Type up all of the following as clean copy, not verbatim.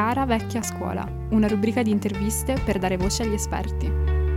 Cara vecchia scuola, una rubrica di interviste per dare voce agli esperti.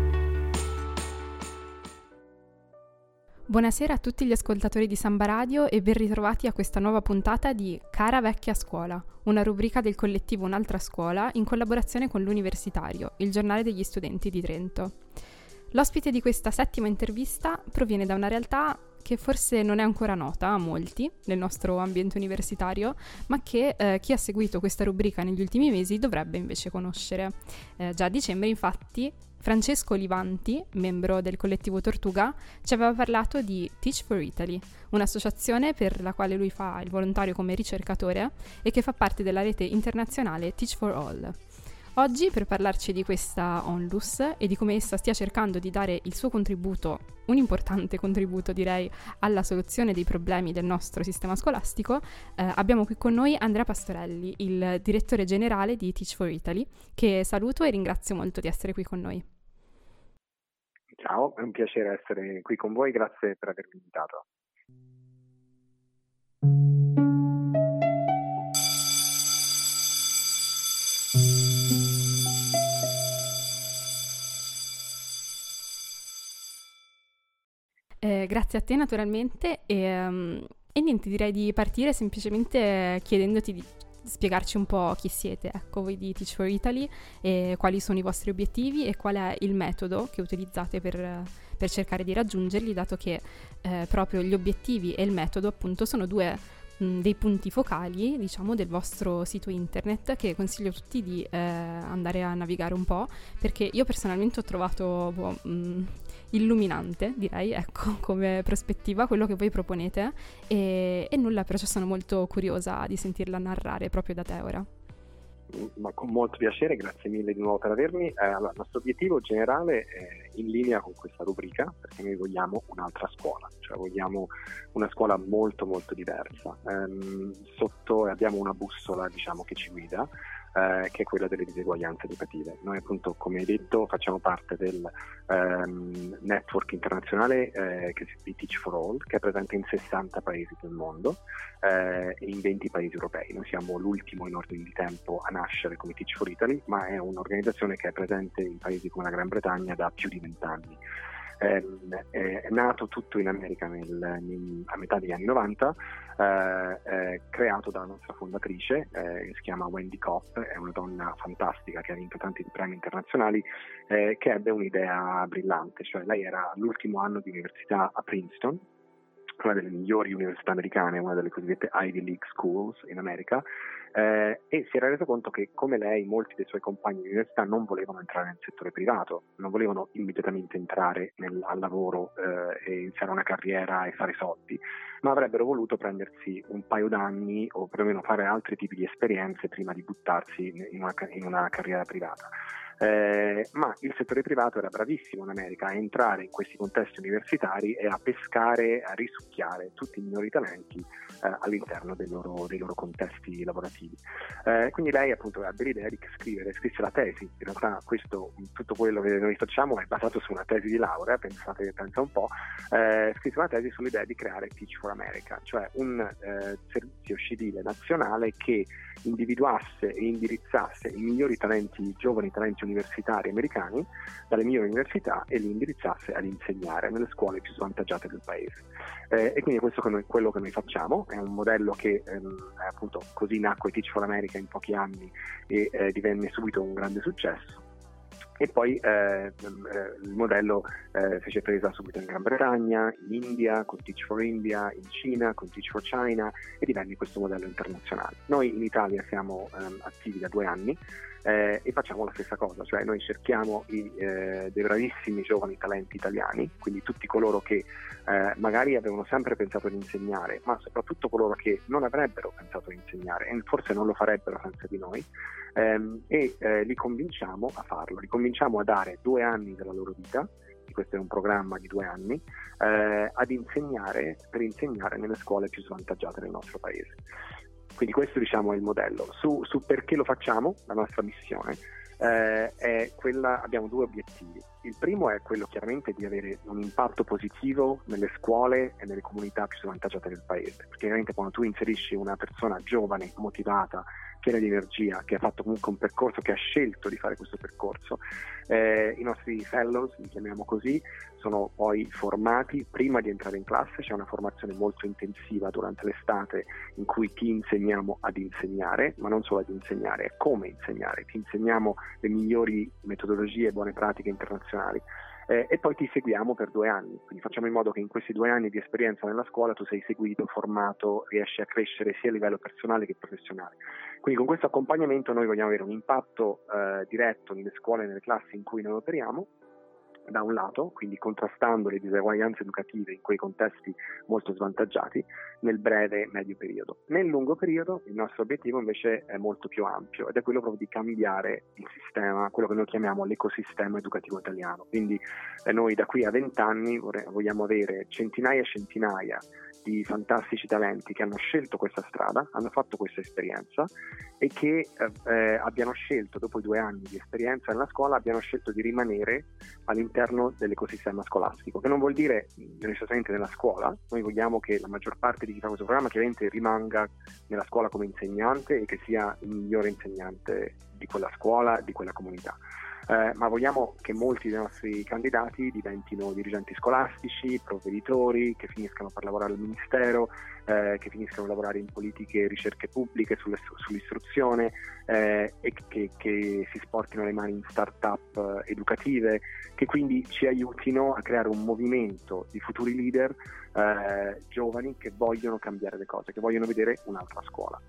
Buonasera a tutti gli ascoltatori di Samba Radio e ben ritrovati a questa nuova puntata di Cara vecchia scuola, una rubrica del collettivo Un'altra scuola in collaborazione con l'Universitario, il giornale degli studenti di Trento. L'ospite di questa settima intervista proviene da una realtà che forse non è ancora nota a molti nel nostro ambiente universitario, ma che chi ha seguito questa rubrica negli ultimi mesi dovrebbe invece conoscere. Già a dicembre, infatti, Francesco Olivanti, membro del collettivo Tortuga, ci aveva parlato di Teach for Italy, un'associazione per la quale lui fa il volontario come ricercatore e che fa parte della rete internazionale Teach for All. Oggi, per parlarci di questa Onlus e di come essa stia cercando di dare il suo contributo, un importante contributo direi, alla soluzione dei problemi del nostro sistema scolastico, abbiamo qui con noi Andrea Pastorelli, il direttore generale di Teach for Italy, che saluto e ringrazio molto di essere qui con noi. Ciao, è un piacere essere qui con voi, grazie per avermi invitato. Grazie a te naturalmente e niente, direi di partire semplicemente chiedendoti di spiegarci un po' chi siete, ecco, voi di Teach for Italy, e quali sono i vostri obiettivi e qual è il metodo che utilizzate per cercare di raggiungerli, dato che proprio gli obiettivi e il metodo appunto sono due dei punti focali, diciamo, del vostro sito internet, che consiglio a tutti di andare a navigare un po', perché io personalmente ho trovato illuminante, direi, ecco, come prospettiva quello che voi proponete e nulla, perciò sono molto curiosa di sentirla narrare proprio da te ora. Ma con molto piacere, grazie mille di nuovo per avermi. Allora, il nostro obiettivo generale è in linea con questa rubrica, perché noi vogliamo un'altra scuola, cioè vogliamo una scuola molto molto diversa. Sotto abbiamo una bussola, diciamo, che ci guida, che è quella delle diseguaglianze educative. Noi appunto, come hai detto, facciamo parte del network internazionale che si chiama Teach for All, che è presente in 60 paesi del mondo e in 20 paesi europei. Noi siamo l'ultimo in ordine di tempo a nascere come Teach for Italy, ma è un'organizzazione che è presente in paesi come la Gran Bretagna da più di 20 anni. È nato tutto in America a metà degli anni 90, creato dalla nostra fondatrice, che si chiama Wendy Kopp, è una donna fantastica che ha vinto tanti premi internazionali, che ebbe un'idea brillante, cioè lei era all'ultimo anno di università a Princeton, una delle migliori università americane, una delle cosiddette Ivy League Schools in America, e si era reso conto che, come lei, molti dei suoi compagni di università non volevano entrare nel settore privato, non volevano immediatamente entrare al lavoro e iniziare una carriera e fare soldi, ma avrebbero voluto prendersi un paio d'anni o perlomeno fare altri tipi di esperienze prima di buttarsi in una carriera privata. Ma il settore privato era bravissimo in America a entrare in questi contesti universitari e a pescare, a risucchiare tutti i migliori talenti all'interno dei loro contesti lavorativi. Quindi lei appunto ebbe l'idea di scrisse la tesi. In realtà tutto quello che noi facciamo è basato su una tesi di laurea, pensa un po', scrisse una tesi sull'idea di creare Teach for America, cioè un servizio civile nazionale che individuasse e indirizzasse i migliori talenti, i giovani talenti universitari americani dalle migliori università e li indirizzasse ad insegnare nelle scuole più svantaggiate del paese. E quindi questo è quello che noi facciamo, è un modello che appunto così nacque Teach for America in pochi anni e divenne subito un grande successo. E poi il modello fece presa subito in Gran Bretagna, in India con Teach for India, in Cina con Teach for China e divenne questo modello internazionale. Noi in Italia siamo attivi da 2 anni e facciamo la stessa cosa, cioè noi cerchiamo dei bravissimi giovani talenti italiani, quindi tutti coloro che magari avevano sempre pensato di insegnare, ma soprattutto coloro che non avrebbero pensato di insegnare e forse non lo farebbero senza di noi, e li convinciamo a farlo, li convinciamo a dare 2 anni della loro vita, questo è un programma di 2 anni, per insegnare nelle scuole più svantaggiate del nostro paese. Quindi questo, diciamo, è il modello. Su perché lo facciamo, la nostra missione è quella, abbiamo 2 obiettivi. Il primo è quello chiaramente di avere un impatto positivo nelle scuole e nelle comunità più svantaggiate del paese, perché chiaramente quando tu inserisci una persona giovane, motivata, piena di energia, che ha fatto comunque un percorso, che ha scelto di fare questo percorso. I nostri fellows, li chiamiamo così, sono poi formati prima di entrare in classe. C'è una formazione molto intensiva durante l'estate in cui ti insegniamo ad insegnare, ma non solo ad insegnare, è come insegnare. Ti insegniamo le migliori metodologie e buone pratiche internazionali. E poi ti seguiamo per 2 anni, quindi facciamo in modo che in questi 2 anni di esperienza nella scuola tu sei seguito, formato, riesci a crescere sia a livello personale che professionale. Quindi con questo accompagnamento noi vogliamo avere un impatto diretto nelle scuole e nelle classi in cui noi operiamo, da un lato, quindi contrastando le diseguaglianze educative in quei contesti molto svantaggiati, nel breve e medio periodo. Nel lungo periodo il nostro obiettivo invece è molto più ampio, ed è quello proprio di cambiare il sistema, quello che noi chiamiamo l'ecosistema educativo italiano. Quindi noi da qui a 20 anni vogliamo avere centinaia e centinaia di fantastici talenti che hanno scelto questa strada, hanno fatto questa esperienza e che abbiano scelto, dopo i 2 anni di esperienza nella scuola, abbiano scelto di rimanere all'interno dell'ecosistema scolastico, che non vuol dire necessariamente nella scuola. Noi vogliamo che la maggior parte di chi fa questo programma chiaramente rimanga nella scuola come insegnante e che sia il migliore insegnante di quella scuola, di quella comunità. Ma vogliamo che molti dei nostri candidati diventino dirigenti scolastici, provveditori, che finiscano per lavorare al ministero, che finiscano a lavorare in politiche e ricerche pubbliche sull'istruzione, e che si sportino le mani in start-up educative, che quindi ci aiutino a creare un movimento di futuri leader giovani che vogliono cambiare le cose, che vogliono vedere un'altra scuola.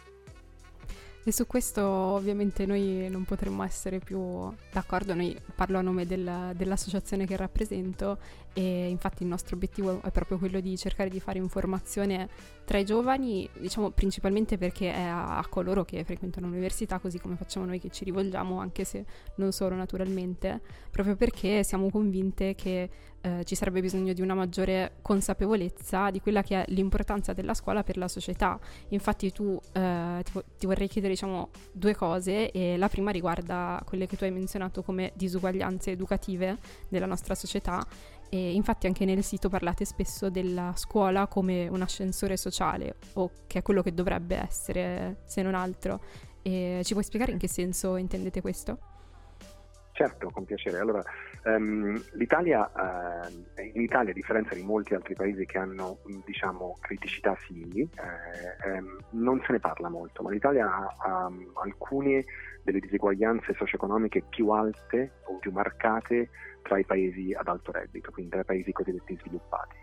E su questo ovviamente noi non potremmo essere più d'accordo. Noi parlo a nome dell'associazione che rappresento, e infatti il nostro obiettivo è proprio quello di cercare di fare informazione tra i giovani, diciamo principalmente perché è a coloro che frequentano l'università, così come facciamo noi che ci rivolgiamo, anche se non solo naturalmente, proprio perché siamo convinte che ci sarebbe bisogno di una maggiore consapevolezza di quella che è l'importanza della scuola per la società. Infatti tu ti vorrei chiedere, diciamo, 2 cose, e la prima riguarda quelle che tu hai menzionato come disuguaglianze educative della nostra società. E infatti anche nel sito parlate spesso della scuola come un ascensore sociale, o che è quello che dovrebbe essere, se non altro. E ci puoi spiegare in che senso intendete questo? Certo, con piacere. Allora, l'Italia, in Italia, a differenza di molti altri paesi che hanno, diciamo, criticità simili, non se ne parla molto, ma l'Italia ha alcune delle diseguaglianze socio-economiche più alte o più marcate tra i paesi ad alto reddito, quindi tra i paesi cosiddetti sviluppati.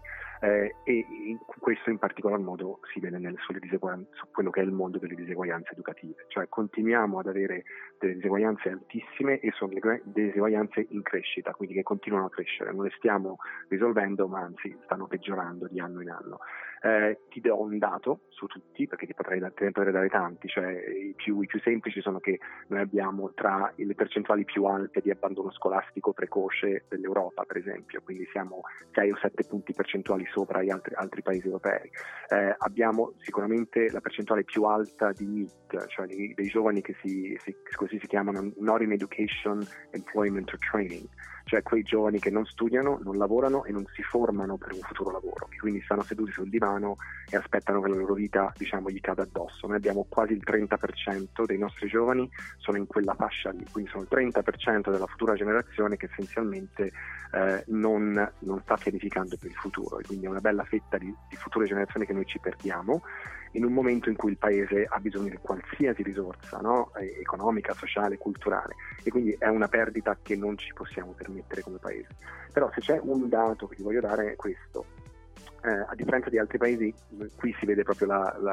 E questo in particolar modo si vede su quello che è il mondo delle diseguaglianze educative, cioè continuiamo ad avere delle diseguaglianze altissime, e sono delle diseguaglianze in crescita, quindi che continuano a crescere, non le stiamo risolvendo, ma anzi stanno peggiorando di anno in anno. Ti do un dato su tutti, perché te ne potrei dare tanti, cioè i più semplici sono che noi abbiamo tra le percentuali più alte di abbandono scolastico precoce dell'Europa, per esempio, quindi siamo 6 o 7 punti percentuali sopra gli altri paesi europei. Abbiamo sicuramente la percentuale più alta di NEET, cioè dei giovani che così si chiamano Not in Education, Employment or Training, cioè quei giovani che non studiano, non lavorano e non si formano per un futuro lavoro, che quindi stanno seduti sul divano e aspettano che la loro vita, diciamo, gli cada addosso. Noi abbiamo quasi il 30% dei nostri giovani sono in quella fascia lì, quindi sono il 30% della futura generazione che essenzialmente non sta pianificando per il futuro, e quindi è una bella fetta di future generazioni che noi ci perdiamo in un momento in cui il paese ha bisogno di qualsiasi risorsa, no? Economica, sociale, culturale, e quindi è una perdita che non ci possiamo permettere come paese. Però se c'è un dato che ti voglio dare è questo: a differenza di altri paesi, qui si vede proprio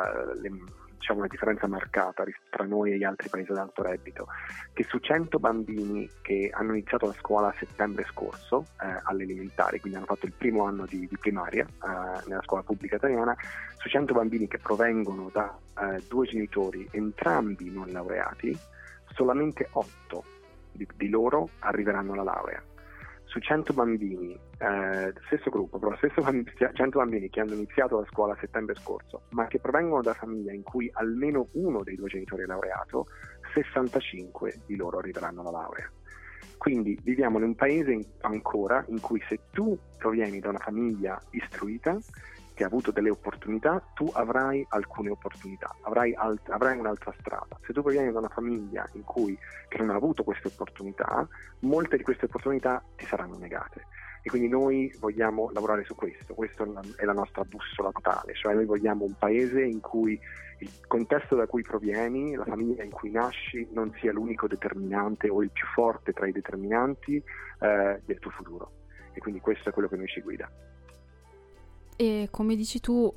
diciamo una differenza marcata tra noi e gli altri paesi ad alto reddito, che su 100 bambini che hanno iniziato la scuola a settembre scorso, alle elementari, quindi hanno fatto il primo anno di primaria nella scuola pubblica italiana, su 100 bambini che provengono da 2 genitori entrambi non laureati, solamente 8 di loro arriveranno alla laurea. Su 100 bambini, stesso gruppo, però 100 bambini che hanno iniziato la scuola a settembre scorso, ma che provengono da famiglie in cui almeno uno dei 2 genitori è laureato, 65 di loro arriveranno alla laurea. Quindi viviamo in un paese ancora in cui, se tu provieni da una famiglia istruita, che ha avuto delle opportunità, tu avrai alcune opportunità, avrai un'altra strada. Se tu provieni da una famiglia che non ha avuto queste opportunità, molte di queste opportunità ti saranno negate. E quindi noi vogliamo lavorare su questo è la nostra bussola totale, cioè noi vogliamo un paese in cui il contesto da cui provieni, la famiglia in cui nasci, non sia l'unico determinante o il più forte tra i determinanti del tuo futuro. E quindi questo è quello che noi ci guida. E come dici tu,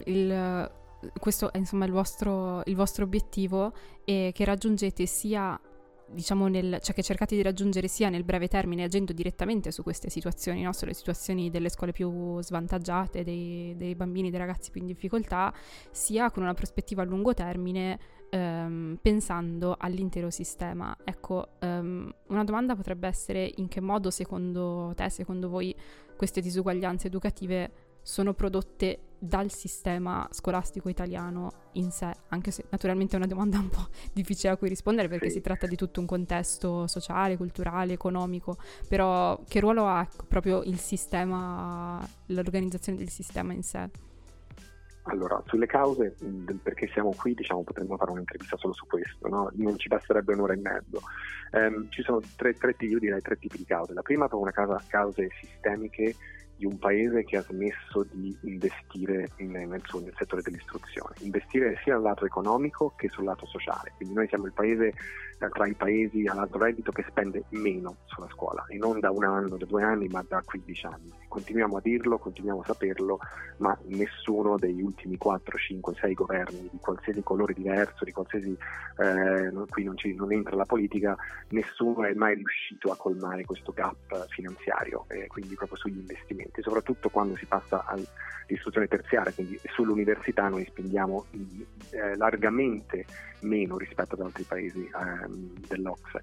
questo è insomma il vostro obiettivo, e che raggiungete sia, diciamo, cioè che cercate di raggiungere sia nel breve termine, agendo direttamente su queste situazioni, no? Sulle situazioni delle scuole più svantaggiate, dei bambini, dei ragazzi più in difficoltà, sia con una prospettiva a lungo termine, pensando all'intero sistema. Ecco, una domanda potrebbe essere: in che modo secondo te, secondo voi, queste disuguaglianze educative sono prodotte dal sistema scolastico italiano in sé? Anche se naturalmente è una domanda un po' difficile a cui rispondere, perché si tratta di tutto un contesto sociale, culturale, economico, però che ruolo ha proprio il sistema, l'organizzazione del sistema in sé? Allora, sulle cause del perché siamo qui, diciamo, potremmo fare un'intervista solo su questo, no? Non ci basterebbe un'ora e mezzo. Ci sono tre tipi di cause. La prima è una cause sistemiche di un paese che ha smesso di investire nel settore dell'istruzione, investire sia dal lato economico che sul lato sociale. Quindi noi siamo il paese tra i paesi ad alto reddito che spende meno sulla scuola, e non da un anno, da 2 anni, ma da 15 anni. Continuiamo a dirlo, continuiamo a saperlo, ma nessuno degli ultimi 4, 5, 6 governi di qualsiasi colore diverso, di qualsiasi qui non entra la politica, nessuno è mai riuscito a colmare questo gap finanziario, quindi proprio sugli investimenti, soprattutto quando si passa all'istruzione terziaria, quindi sull'università noi spendiamo largamente meno rispetto ad altri paesi dell'OCSE.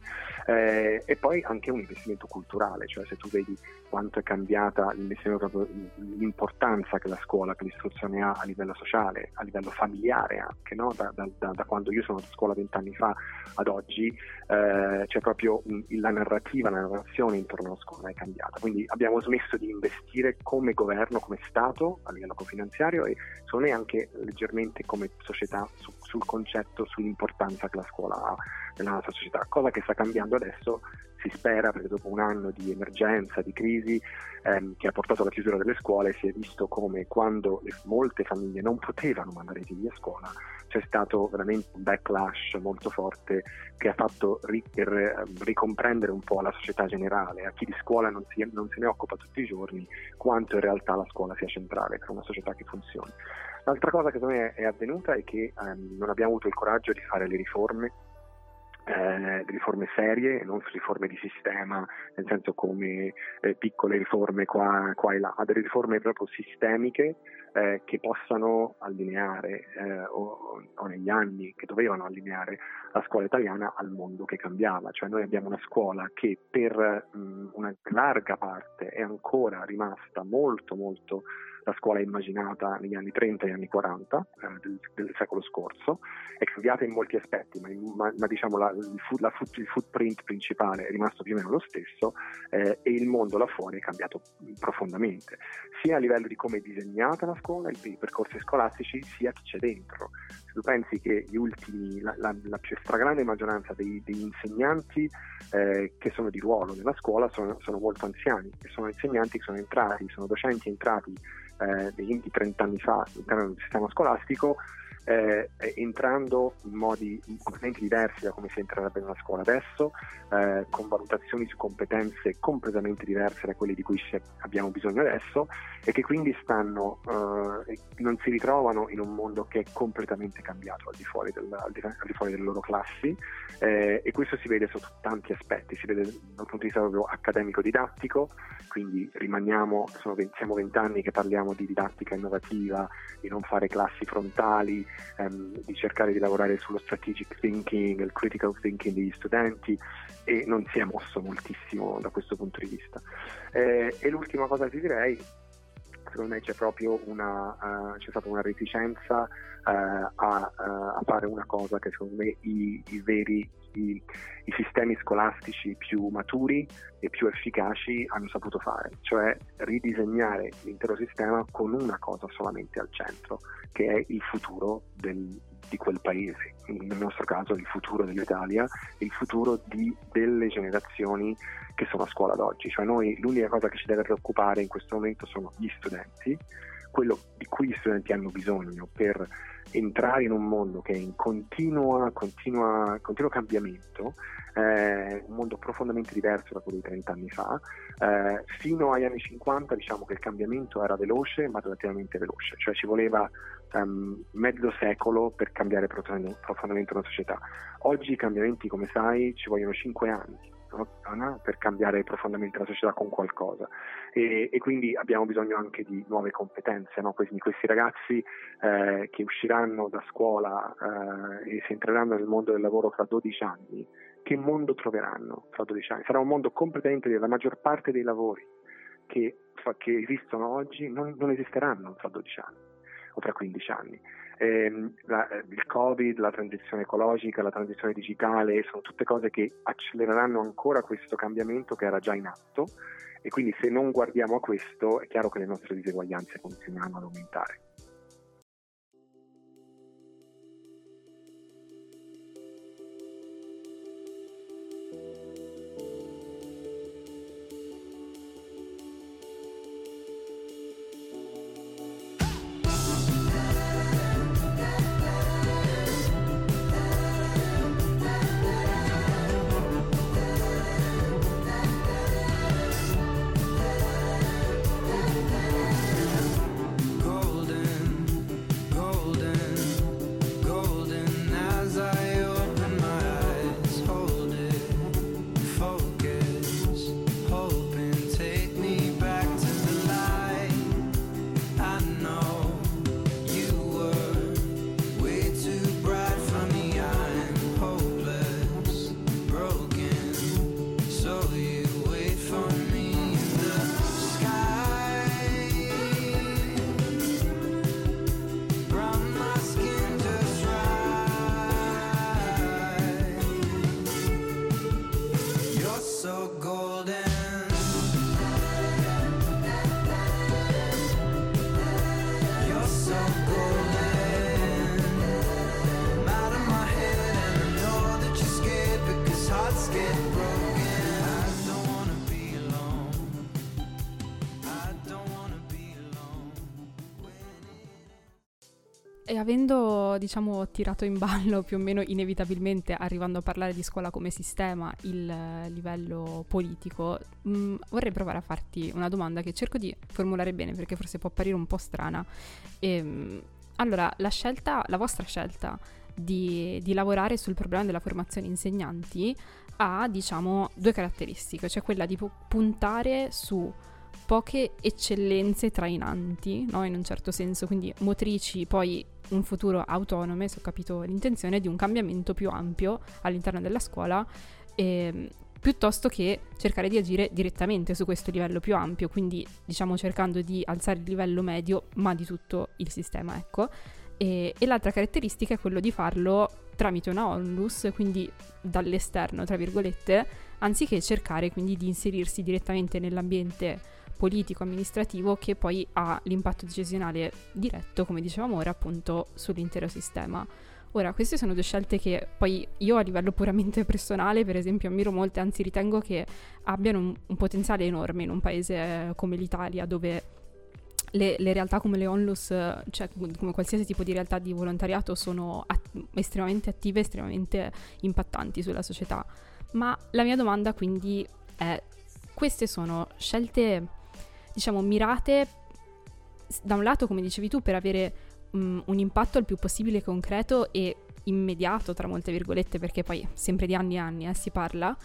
E poi anche un investimento culturale, cioè se tu vedi quanto è cambiata l'importanza che la scuola, che l'istruzione ha a livello sociale, a livello familiare anche, no? Da quando io sono a scuola 20 anni fa ad oggi, c'è proprio la narrazione intorno alla scuola è cambiata. Quindi abbiamo smesso di investire come governo, come Stato a livello finanziario, e secondo me anche leggermente come società sul concetto, sull'importanza che la scuola ha nella nostra società, cosa che sta cambiando adesso, si spera, perché dopo un anno di emergenza, di crisi che ha portato alla chiusura delle scuole, si è visto come quando molte famiglie non potevano mandare i figli a scuola, c'è stato veramente un backlash molto forte che ha fatto ricomprendere un po' la società generale, a chi di scuola non se ne occupa tutti i giorni, quanto in realtà la scuola sia centrale per una società che funzioni. L'altra cosa che secondo me è avvenuta è che non abbiamo avuto il coraggio di fare le riforme serie, non riforme di sistema, nel senso come piccole riforme qua e là, ma delle riforme proprio sistemiche che possano allineare o negli anni che dovevano allineare la scuola italiana al mondo che cambiava. Cioè noi abbiamo una scuola che per una larga parte è ancora rimasta molto molto la scuola immaginata negli anni 30 e anni 40 del secolo scorso, è cambiata in molti aspetti, ma diciamo il footprint principale è rimasto più o meno lo stesso, e il mondo là fuori è cambiato profondamente, sia a livello di come è disegnata la scuola, i percorsi scolastici, sia chi c'è dentro. Se tu pensi che la più stragrande maggioranza degli insegnanti che sono di ruolo nella scuola sono molto anziani, che sono insegnanti che sono docenti entrati degli 30 anni fa all'interno del sistema scolastico, entrando in modi completamente diversi da come si entrerebbe nella scuola adesso, con valutazioni su competenze completamente diverse da quelle di cui abbiamo bisogno adesso, e che quindi non si ritrovano in un mondo che è completamente cambiato al di fuori delle loro classi, e questo si vede sotto tanti aspetti. Si vede dal punto di vista proprio accademico-didattico, quindi siamo 20 anni che parliamo di didattica innovativa, di non fare classi frontali, di cercare di lavorare sullo strategic thinking, il critical thinking degli studenti, e non si è mosso moltissimo da questo punto di vista. E l'ultima cosa che ti direi, secondo me c'è proprio c'è stata una reticenza a fare una cosa che secondo me i veri i sistemi scolastici più maturi e più efficaci hanno saputo fare, cioè ridisegnare l'intero sistema con una cosa solamente al centro, che è il futuro di quel paese, nel nostro caso il futuro dell'Italia, il futuro delle generazioni che sono a scuola ad oggi. Cioè noi l'unica cosa che ci deve preoccupare in questo momento sono gli studenti, quello di cui gli studenti hanno bisogno per entrare in un mondo che è in continuo cambiamento, un mondo profondamente diverso da quello di 30 anni fa. Fino agli anni 50 diciamo che il cambiamento era veloce, ma relativamente veloce, cioè ci voleva mezzo secolo per cambiare profondamente una società. Oggi i cambiamenti, come sai, ci vogliono 5 anni, no? Per cambiare profondamente la società con qualcosa, e quindi abbiamo bisogno anche di nuove competenze, no? Quindi questi ragazzi che usciranno da scuola e si entreranno nel mondo del lavoro fra 12 anni, che mondo troveranno fra 12 anni? Sarà un mondo completamente diverso. La maggior parte dei lavori che esistono oggi non esisteranno fra 12 anni o fra 15 anni. Il Covid, la transizione ecologica, la transizione digitale sono tutte cose che accelereranno ancora questo cambiamento che era già in atto, e quindi se non guardiamo a questo è chiaro che le nostre diseguaglianze continueranno ad aumentare. E avendo, diciamo, tirato in ballo più o meno inevitabilmente, arrivando a parlare di scuola come sistema, il livello politico, vorrei provare a farti una domanda che cerco di formulare bene perché forse può apparire un po' strana. Allora, la vostra scelta di lavorare sul problema della formazione insegnanti ha, diciamo, due caratteristiche, cioè quella di puntare su poche eccellenze trainanti, no? In un certo senso, quindi motrici, poi un futuro autonome, se ho capito l'intenzione, di un cambiamento più ampio all'interno della scuola, piuttosto che cercare di agire direttamente su questo livello più ampio, quindi diciamo cercando di alzare il livello medio, ma di tutto il sistema, ecco. E l'altra caratteristica è quello di farlo tramite una onlus, quindi dall'esterno, tra virgolette, anziché cercare quindi di inserirsi direttamente nell'ambiente politico-amministrativo che poi ha l'impatto decisionale diretto, come dicevamo ora, appunto sull'intero sistema. Ora, queste sono due scelte che poi io a livello puramente personale, per esempio, ammiro molto, anzi ritengo che abbiano un potenziale enorme in un paese come l'Italia, dove le realtà come le onlus, cioè come qualsiasi tipo di realtà di volontariato, sono estremamente attive, estremamente impattanti sulla società. Ma la mia domanda quindi è: queste sono scelte, diciamo, mirate da un lato, come dicevi tu, per avere un impatto il più possibile concreto e immediato, tra molte virgolette, perché poi sempre di anni e anni si parla,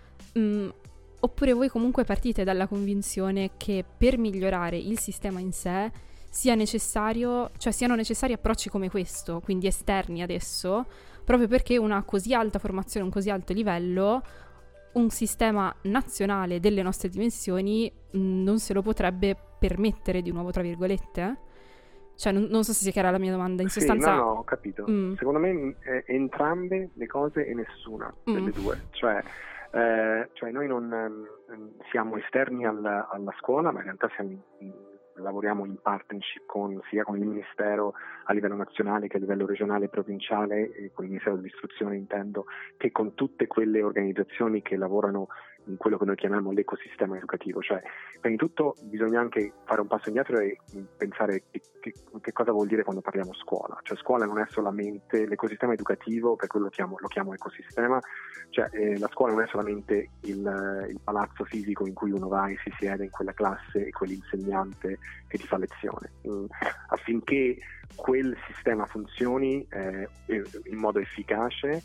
oppure voi comunque partite dalla convinzione che per migliorare il sistema in sé siano necessari approcci come questo, quindi esterni adesso, proprio perché una così alta formazione, un così alto livello, un sistema nazionale delle nostre dimensioni non se lo potrebbe permettere, di nuovo tra virgolette? Cioè, non so se si chiara la mia domanda, in Sì, sostanza... no, ho capito. Secondo me entrambe le cose e nessuna delle due. Cioè noi non siamo esterni alla scuola, ma in realtà lavoriamo in partnership sia con il Ministero a livello nazionale che a livello regionale e provinciale, e con il Ministero dell'Istruzione intendo, che con tutte quelle organizzazioni che lavorano in quello che noi chiamiamo l'ecosistema educativo. Cioè, prima di tutto bisogna anche fare un passo indietro e pensare che cosa vuol dire quando parliamo scuola. Cioè scuola non è solamente l'ecosistema educativo, per quello lo chiamo ecosistema, cioè la scuola non è solamente il palazzo fisico in cui uno va e si siede in quella classe e quell'insegnante che ti fa lezione. Affinché quel sistema funzioni in modo efficace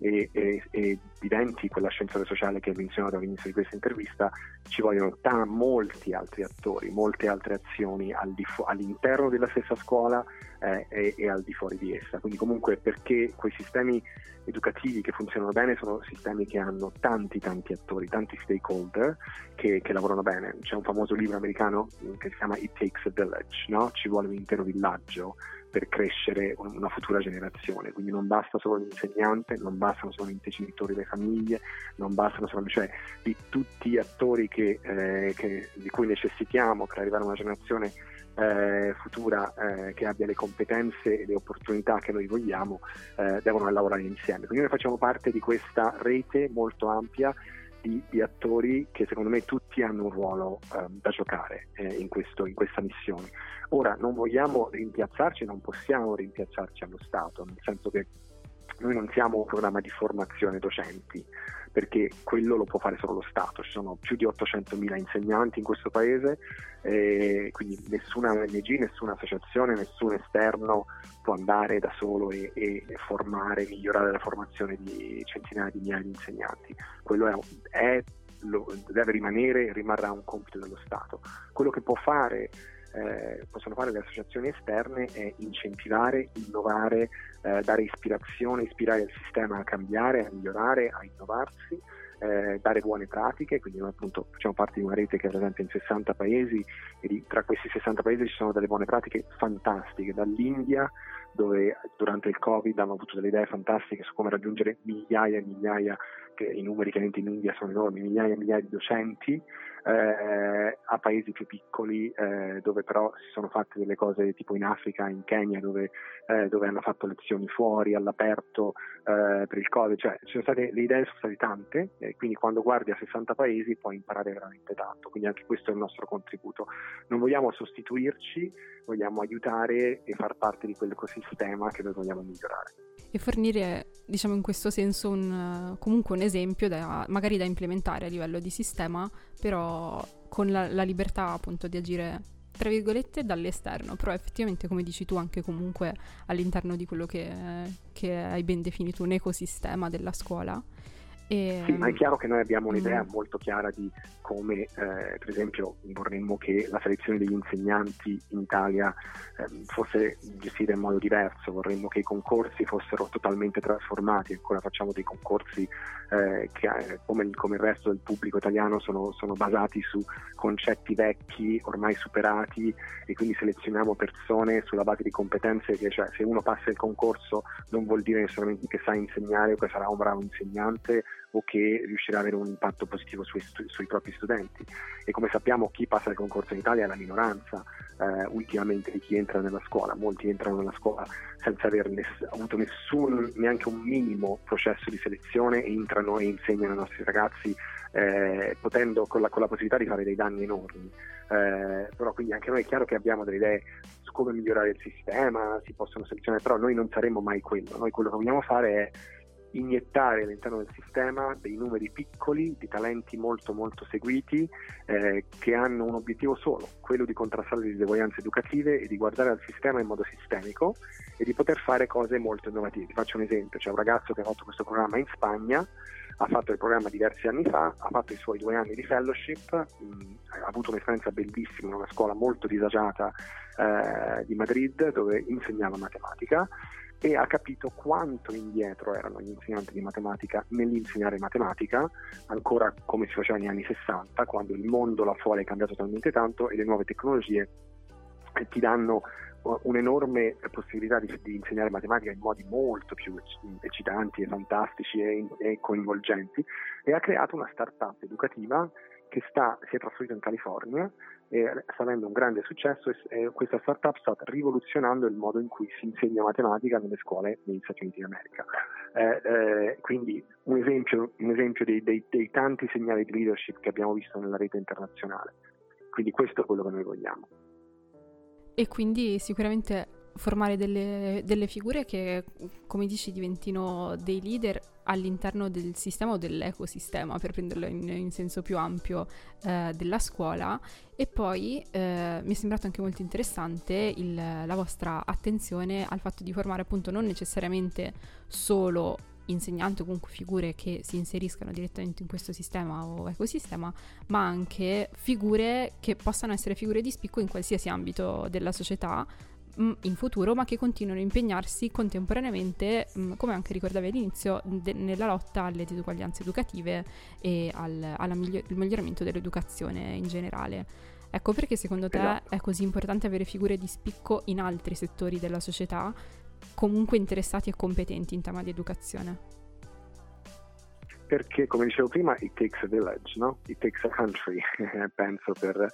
e diventi quella ascensore sociale che ho menzionato all'inizio di questa intervista, ci vogliono molti altri attori, molte altre azioni all'interno della stessa scuola e al di fuori di essa. Quindi comunque, perché quei sistemi educativi che funzionano bene sono sistemi che hanno tanti attori, tanti stakeholder che lavorano bene. C'è un famoso libro americano che si chiama It Takes a Village, no? Ci vuole un intero villaggio per crescere una futura generazione, quindi non basta solo l'insegnante, non bastano solamente i genitori, le famiglie, non bastano solamente, cioè di tutti gli attori di cui necessitiamo per arrivare a una generazione futura che abbia le competenze e le opportunità che noi vogliamo, devono lavorare insieme. Quindi noi facciamo parte di questa rete molto ampia di attori che secondo me tutti hanno un ruolo da giocare in questa missione. Ora, non vogliamo rimpiazzarci, non possiamo rimpiazzarci allo Stato, nel senso che noi non siamo un programma di formazione docenti, perché quello lo può fare solo lo Stato. Ci sono più di 800.000 insegnanti in questo paese, quindi nessuna ONG, nessuna associazione, nessun esterno può andare da solo e formare, migliorare la formazione di centinaia di migliaia di insegnanti. Quello deve rimanere e rimarrà un compito dello Stato. Quello che possono fare le associazioni esterne è incentivare, innovare, dare ispirare il sistema a cambiare, a migliorare, a innovarsi, dare buone pratiche. Quindi noi appunto facciamo parte di una rete che è presente in 60 paesi e tra questi 60 paesi ci sono delle buone pratiche fantastiche, dall'India, dove durante il Covid hanno avuto delle idee fantastiche su come raggiungere migliaia e migliaia, che i numeri che in India sono enormi, migliaia e migliaia di docenti, a paesi più piccoli dove però si sono fatte delle cose tipo in Africa, in Kenya, dove hanno fatto lezioni fuori all'aperto per il Covid. Cioè le idee sono state tante, quindi quando guardi a 60 paesi puoi imparare veramente tanto. Quindi anche questo è il nostro contributo. Non vogliamo sostituirci, vogliamo aiutare e far parte di quell'ecosistema che noi vogliamo migliorare. E fornire, diciamo, in questo senso comunque un esempio magari da implementare a livello di sistema, però con la libertà appunto di agire, tra virgolette, dall'esterno, però effettivamente, come dici tu, anche comunque all'interno di quello che hai ben definito un ecosistema della scuola. Sì, ma è chiaro che noi abbiamo un'idea molto chiara di come, per esempio, vorremmo che la selezione degli insegnanti in Italia fosse gestita in modo diverso, vorremmo che i concorsi fossero totalmente trasformati. Ancora facciamo dei concorsi che come il resto del pubblico italiano sono basati su concetti vecchi, ormai superati, e quindi selezioniamo persone sulla base di competenze cioè, se uno passa il concorso non vuol dire necessariamente che sa insegnare o che sarà un bravo insegnante o che riuscirà ad avere un impatto positivo sui propri studenti. E come sappiamo, chi passa il concorso in Italia è la minoranza ultimamente di chi entra nella scuola. Molti entrano nella scuola senza aver avuto neanche un minimo processo di selezione, entrano e insegnano ai nostri ragazzi potendo con la possibilità di fare dei danni enormi. Però quindi anche noi è chiaro che abbiamo delle idee su come migliorare il sistema, si possono selezionare, però noi non saremo mai quello. Noi quello che vogliamo fare è iniettare all'interno del sistema dei numeri piccoli di talenti molto molto seguiti che hanno un obiettivo solo, quello di contrastare le diseguaglianze educative e di guardare al sistema in modo sistemico e di poter fare cose molto innovative. Faccio un esempio: c'è un ragazzo che ha fatto questo programma in Spagna, ha fatto il programma diversi anni fa, ha fatto i suoi 2 anni di fellowship, ha avuto un'esperienza bellissima in una scuola molto disagiata di Madrid, dove insegnava matematica, e ha capito quanto indietro erano gli insegnanti di matematica nell'insegnare matematica, ancora come si faceva negli anni 60, quando il mondo là fuori è cambiato talmente tanto e le nuove tecnologie ti danno un'enorme possibilità di insegnare matematica in modi molto più eccitanti e fantastici e coinvolgenti, e ha creato una startup educativa che si è trasferita in California e sta avendo un grande successo, e questa startup sta rivoluzionando il modo in cui si insegna matematica nelle scuole negli Stati Uniti d'America. Quindi un esempio dei tanti segnali di leadership che abbiamo visto nella rete internazionale. Quindi questo è quello che noi vogliamo. E quindi sicuramente formare delle figure che, come dici, diventino dei leader all'interno del sistema o dell'ecosistema, per prenderlo in senso più ampio, della scuola. E poi mi è sembrato anche molto interessante la vostra attenzione al fatto di formare appunto non necessariamente solo insegnanti o comunque figure che si inseriscano direttamente in questo sistema o ecosistema, ma anche figure che possano essere figure di spicco in qualsiasi ambito della società in futuro, ma che continuano a impegnarsi contemporaneamente, come anche ricordavi all'inizio, nella lotta alle disuguaglianze educative e al miglioramento dell'educazione in generale. Ecco perché secondo te è così importante avere figure di spicco in altri settori della società, comunque interessati e competenti in tema di educazione. Perché, come dicevo prima, it takes a village, no? It takes a country, penso, per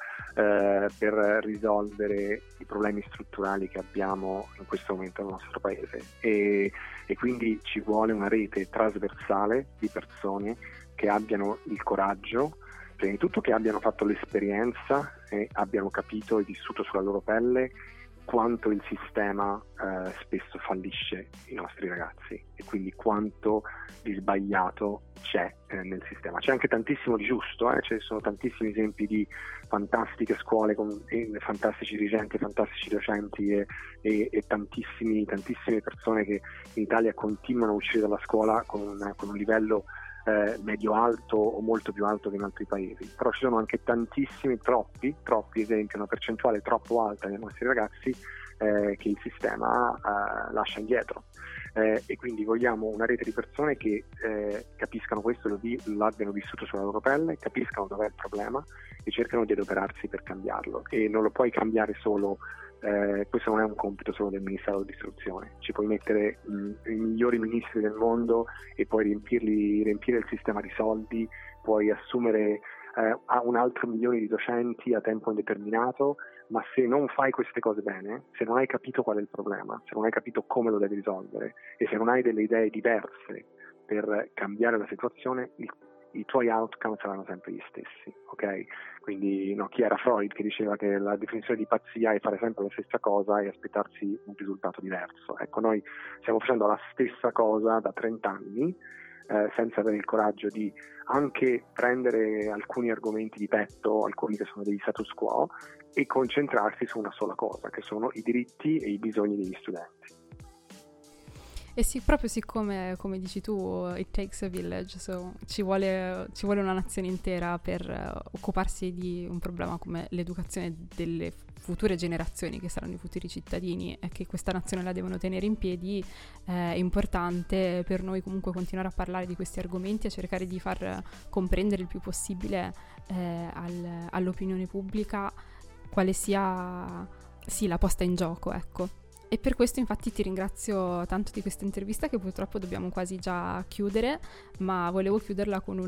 risolvere i problemi strutturali che abbiamo in questo momento nel nostro paese, e quindi ci vuole una rete trasversale di persone che abbiano il coraggio, prima di tutto che abbiano fatto l'esperienza e abbiano capito e vissuto sulla loro pelle quanto il sistema spesso fallisce i nostri ragazzi, e quindi quanto di sbagliato c'è nel sistema. C'è anche tantissimo di giusto, ci sono tantissimi esempi di fantastiche scuole con fantastici dirigenti, fantastici docenti e tantissime persone che in Italia continuano a uscire dalla scuola con un livello medio alto o molto più alto che in altri paesi. Però ci sono anche tantissimi, troppi esempi, una percentuale troppo alta dei nostri ragazzi che il sistema lascia indietro, e quindi vogliamo una rete di persone che capiscano questo, l'abbiano vissuto sulla loro pelle, capiscano dov'è il problema e cercano di adoperarsi per cambiarlo. E non lo puoi cambiare solo, questo non è un compito solo del Ministero dell'Istruzione. Ci puoi mettere i migliori ministri del mondo e puoi riempire il sistema di soldi, puoi assumere a un altro milione di docenti a tempo indeterminato, ma se non fai queste cose bene, se non hai capito qual è il problema, se non hai capito come lo devi risolvere e se non hai delle idee diverse per cambiare la situazione, i tuoi outcome saranno sempre gli stessi, ok? Quindi chi era Freud che diceva che la definizione di pazzia è fare sempre la stessa cosa e aspettarsi un risultato diverso. Ecco, noi stiamo facendo la stessa cosa da 30 anni, senza avere il coraggio di anche prendere alcuni argomenti di petto, alcuni che sono degli status quo, e concentrarsi su una sola cosa, che sono i diritti e i bisogni degli studenti. E sì, proprio siccome, come dici tu, it takes a village, ci vuole una nazione intera per occuparsi di un problema come l'educazione delle future generazioni che saranno i futuri cittadini, e che questa nazione la devono tenere in piedi. È importante per noi comunque continuare a parlare di questi argomenti e cercare di far comprendere il più possibile all'opinione pubblica quale sia la posta in gioco, ecco. E per questo infatti ti ringrazio tanto di questa intervista, che purtroppo dobbiamo quasi già chiudere, ma volevo chiuderla con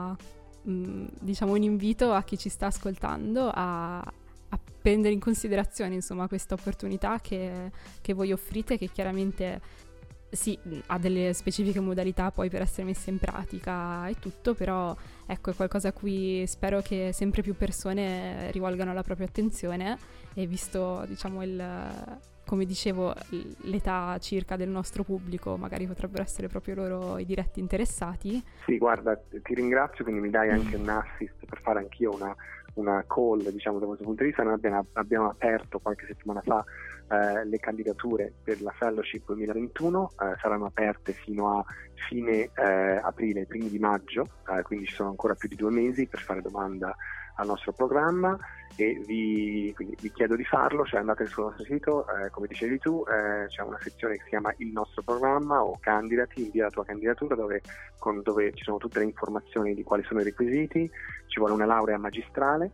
un invito a chi ci sta ascoltando a prendere in considerazione, insomma, questa opportunità che voi offrite, che chiaramente sì, ha delle specifiche modalità poi per essere messa in pratica e tutto, però ecco, è qualcosa a cui spero che sempre più persone rivolgano la propria attenzione, e visto, diciamo, come dicevo, l'età circa del nostro pubblico, magari potrebbero essere proprio loro i diretti interessati. Sì, guarda, ti ringrazio, quindi mi dai anche un assist per fare anch'io una call, diciamo, da questo punto di vista. Noi abbiamo aperto qualche settimana fa le candidature per la Fellowship 2021, saranno aperte fino a fine aprile, primi di maggio, quindi ci sono ancora più di 2 mesi per fare domanda al nostro programma, e vi chiedo di farlo. Cioè andate sul nostro sito, come dicevi tu, c'è una sezione che si chiama Il nostro programma o Candidati, invia la tua candidatura, dove ci sono tutte le informazioni di quali sono i requisiti. Ci vuole una laurea magistrale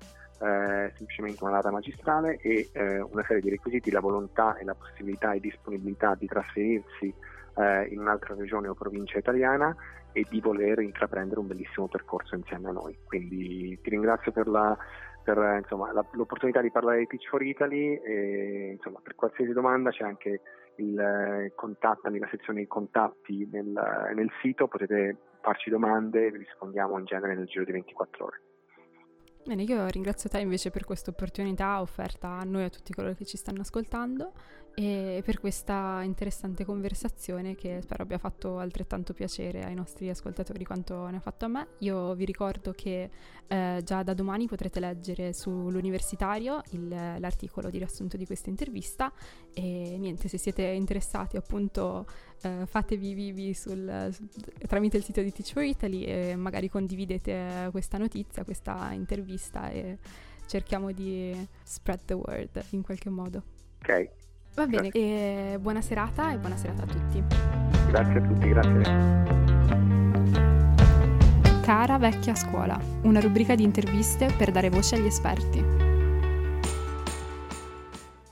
semplicemente una laurea magistrale e una serie di requisiti, la volontà e la possibilità e disponibilità di trasferirsi in un'altra regione o provincia italiana e di voler intraprendere un bellissimo percorso insieme a noi. Quindi ti ringrazio per l'opportunità di parlare di Teach for Italy e per qualsiasi domanda c'è anche il contattami, la sezione contatti nel sito, potete farci domande e vi rispondiamo in genere nel giro di 24 ore. Bene, io ringrazio te invece per questa opportunità offerta a noi e a tutti coloro che ci stanno ascoltando e per questa interessante conversazione che spero abbia fatto altrettanto piacere ai nostri ascoltatori quanto ne ha fatto a me. Io vi ricordo che già da domani potrete leggere sull'Universitario l'articolo di riassunto di questa intervista e niente, se siete interessati appunto fatevi vivi tramite il sito di Teach for Italy e magari condividete questa notizia, questa intervista e cerchiamo di spread the word in qualche modo. Ok. Va bene, e buona serata a tutti. Grazie a tutti, grazie. Cara vecchia scuola, una rubrica di interviste per dare voce agli esperti.